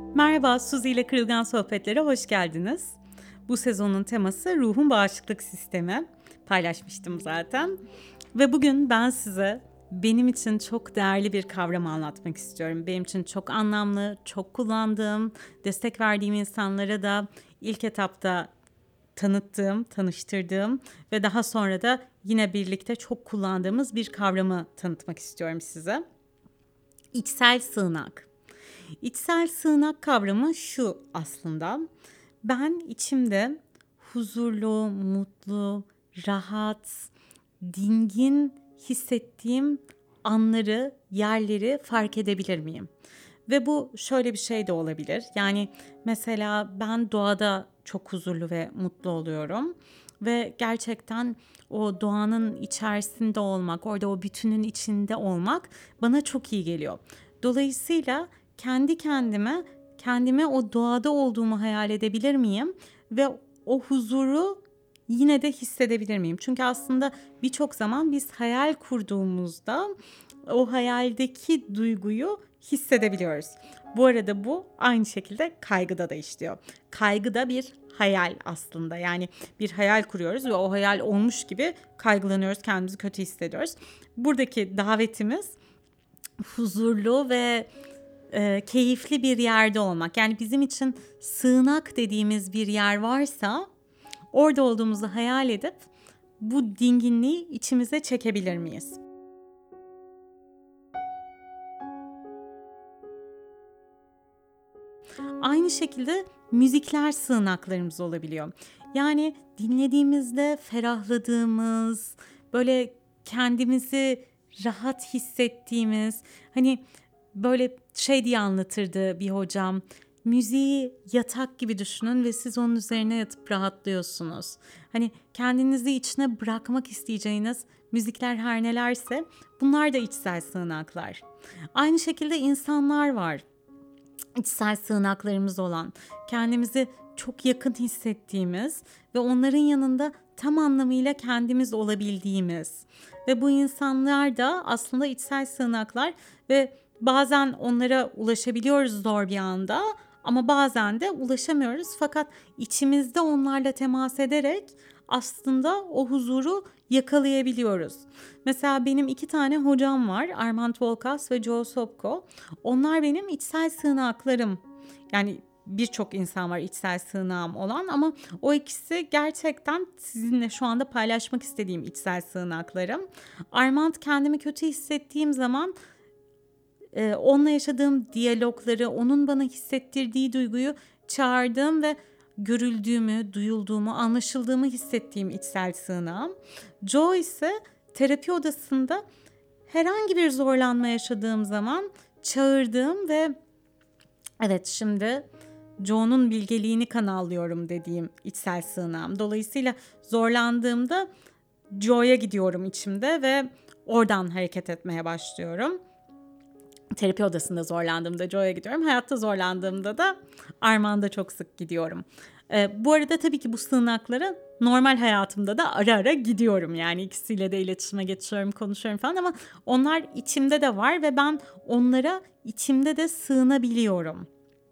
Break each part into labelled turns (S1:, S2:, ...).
S1: Merhaba, Suzi ile Kırılgan Sohbetlere hoş geldiniz. Bu sezonun teması ruhun bağışıklık sistemi. Paylaşmıştım zaten. Ve bugün ben size benim için çok değerli bir kavramı anlatmak istiyorum. Benim için çok anlamlı, çok kullandığım, destek verdiğim insanlara da ilk etapta tanıttığım, tanıştırdığım ve daha sonra da yine birlikte çok kullandığımız bir kavramı tanıtmak istiyorum size. İçsel sığınak. İçsel sığınak kavramı şu aslında. Ben içimde huzurlu, mutlu, rahat, dingin hissettiğim anları, yerleri fark edebilir miyim? Ve bu şöyle bir şey de olabilir. Yani mesela ben doğada çok huzurlu ve mutlu oluyorum. Ve gerçekten o doğanın içerisinde olmak, orada o bütünün içinde olmak bana çok iyi geliyor. Dolayısıyla kendime o doğada olduğumu hayal edebilir miyim ve o huzuru yine de hissedebilir miyim? Çünkü aslında birçok zaman biz hayal kurduğumuzda o hayaldeki duyguyu hissedebiliyoruz. Bu arada bu aynı şekilde kaygıda da işliyor. Kaygı da bir hayal aslında. Yani bir hayal kuruyoruz ve o hayal olmuş gibi kaygılanıyoruz, kendimizi kötü hissediyoruz. Buradaki davetimiz huzurlu ve keyifli bir yerde olmak. Yani bizim için sığınak dediğimiz bir yer varsa orada olduğumuzu hayal edip bu dinginliği içimize çekebilir miyiz? Aynı şekilde müzikler sığınaklarımız olabiliyor. Yani dinlediğimizde ferahladığımız, böyle kendimizi rahat hissettiğimiz, hani böyle şey diye anlatırdı bir hocam. Müziği yatak gibi düşünün ve siz onun üzerine yatıp rahatlıyorsunuz. Hani kendinizi içine bırakmak isteyeceğiniz müzikler her nelerse bunlar da içsel sığınaklar. Aynı şekilde insanlar var, içsel sığınaklarımız olan, kendimizi çok yakın hissettiğimiz ve onların yanında tam anlamıyla kendimiz olabildiğimiz ve bu insanlar da aslında içsel sığınaklar ve bazen onlara ulaşabiliyoruz zor bir anda ama bazen de ulaşamıyoruz, fakat içimizde onlarla temas ederek aslında o huzuru yakalayabiliyoruz. Mesela benim 2 tane hocam var, Armand Volkas ve Joe Sopko. Onlar benim içsel sığınaklarım. Yani birçok insan var içsel sığınağım olan ama o ikisi gerçekten sizinle şu anda paylaşmak istediğim içsel sığınaklarım. Armand, kendimi kötü hissettiğim zaman onunla yaşadığım diyalogları, onun bana hissettirdiği duyguyu çağırdığım ve görüldüğümü, duyulduğumu, anlaşıldığımı hissettiğim içsel sığınağım. Joe ise terapi odasında herhangi bir zorlanma yaşadığım zaman çağırdığım ve evet, şimdi Joe'nun bilgeliğini kanallıyorum dediğim içsel sığınağım. Dolayısıyla zorlandığımda Joe'ya gidiyorum içimde ve oradan hareket etmeye başlıyorum. Terapi odasında zorlandığımda Joe'ya gidiyorum. Hayatta zorlandığımda da Armağan'da çok sık gidiyorum. Bu arada tabii ki bu sığınaklara normal hayatımda da ara ara gidiyorum. Yani ikisiyle de iletişime geçiyorum, konuşuyorum falan ama onlar içimde de var ve ben onlara içimde de sığınabiliyorum.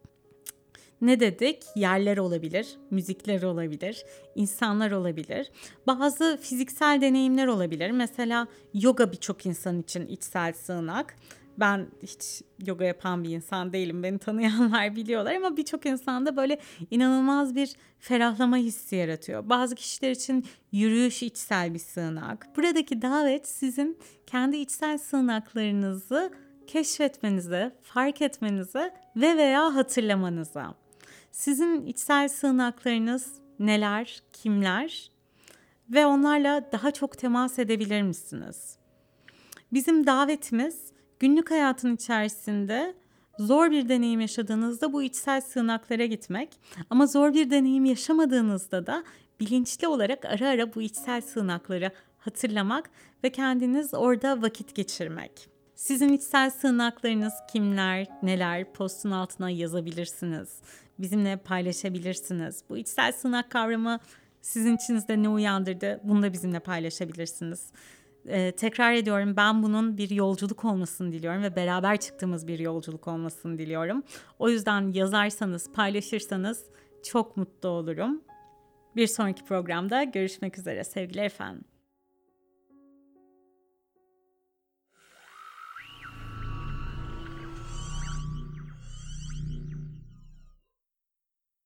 S1: Ne dedik? Yerler olabilir, müzikler olabilir, insanlar olabilir. Bazı fiziksel deneyimler olabilir. Mesela yoga birçok insan için içsel sığınak. Ben hiç yoga yapan bir insan değilim. Beni tanıyanlar biliyorlar ama birçok insanda böyle inanılmaz bir ferahlama hissi yaratıyor. Bazı kişiler için yürüyüş içsel bir sığınak. Buradaki davet sizin kendi içsel sığınaklarınızı keşfetmenize, fark etmenize ve veya hatırlamanıza. Sizin içsel sığınaklarınız neler, kimler ve onlarla daha çok temas edebilir misiniz? Bizim davetimiz günlük hayatın içerisinde zor bir deneyim yaşadığınızda bu içsel sığınaklara gitmek, ama zor bir deneyim yaşamadığınızda da bilinçli olarak ara ara bu içsel sığınakları hatırlamak ve kendiniz orada vakit geçirmek. Sizin içsel sığınaklarınız kimler, neler? Postun altına yazabilirsiniz. Bizimle paylaşabilirsiniz. Bu içsel sığınak kavramı sizin içinizde ne uyandırdı? Bunu da bizimle paylaşabilirsiniz. tekrar ediyorum, ben bunun bir yolculuk olmasını diliyorum ve beraber çıktığımız bir yolculuk olmasını diliyorum. O yüzden yazarsanız, paylaşırsanız çok mutlu olurum. Bir sonraki programda görüşmek üzere sevgili efendim.